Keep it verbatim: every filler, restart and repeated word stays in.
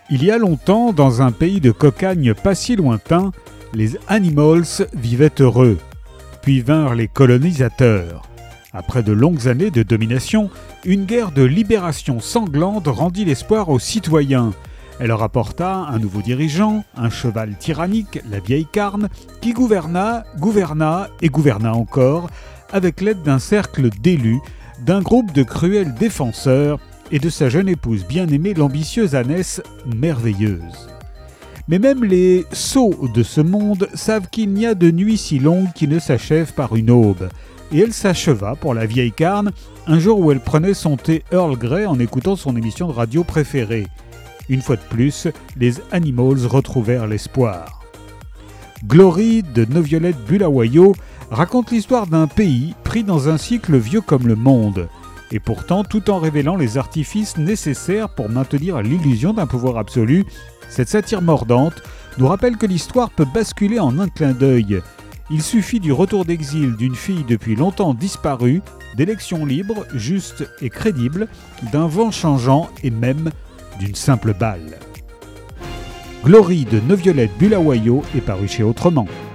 Il y a longtemps, dans un pays de cocagne pas si lointain, les Animals vivaient heureux. Puis vinrent les colonisateurs. Après de longues années de domination, une guerre de libération sanglante rendit l'espoir aux citoyens. Elle leur apporta un nouveau dirigeant, un cheval tyrannique, la vieille carne, qui gouverna, gouverna et gouverna encore, avec l'aide d'un cercle d'élus, d'un groupe de cruels défenseurs et de sa jeune épouse bien-aimée, l'ambitieuse ânesse merveilleuse. Mais même les sots de ce monde savent qu'il n'y a de nuit si longue qui ne s'achève par une aube. Et elle s'acheva pour la vieille carne un jour où elle prenait son thé Earl Grey en écoutant son émission de radio préférée. Une fois de plus, les Animals retrouvèrent l'espoir. Glory de Noviolette Bulawayo raconte l'histoire d'un pays pris dans un cycle vieux comme le monde. Et pourtant, tout en révélant les artifices nécessaires pour maintenir l'illusion d'un pouvoir absolu, cette satire mordante nous rappelle que l'histoire peut basculer en un clin d'œil. Il suffit du retour d'exil d'une fille depuis longtemps disparue, d'élections libres, justes et crédibles, d'un vent changeant et même d'une simple balle. Glory de Noviolette Bulawayo est paru chez Autrement.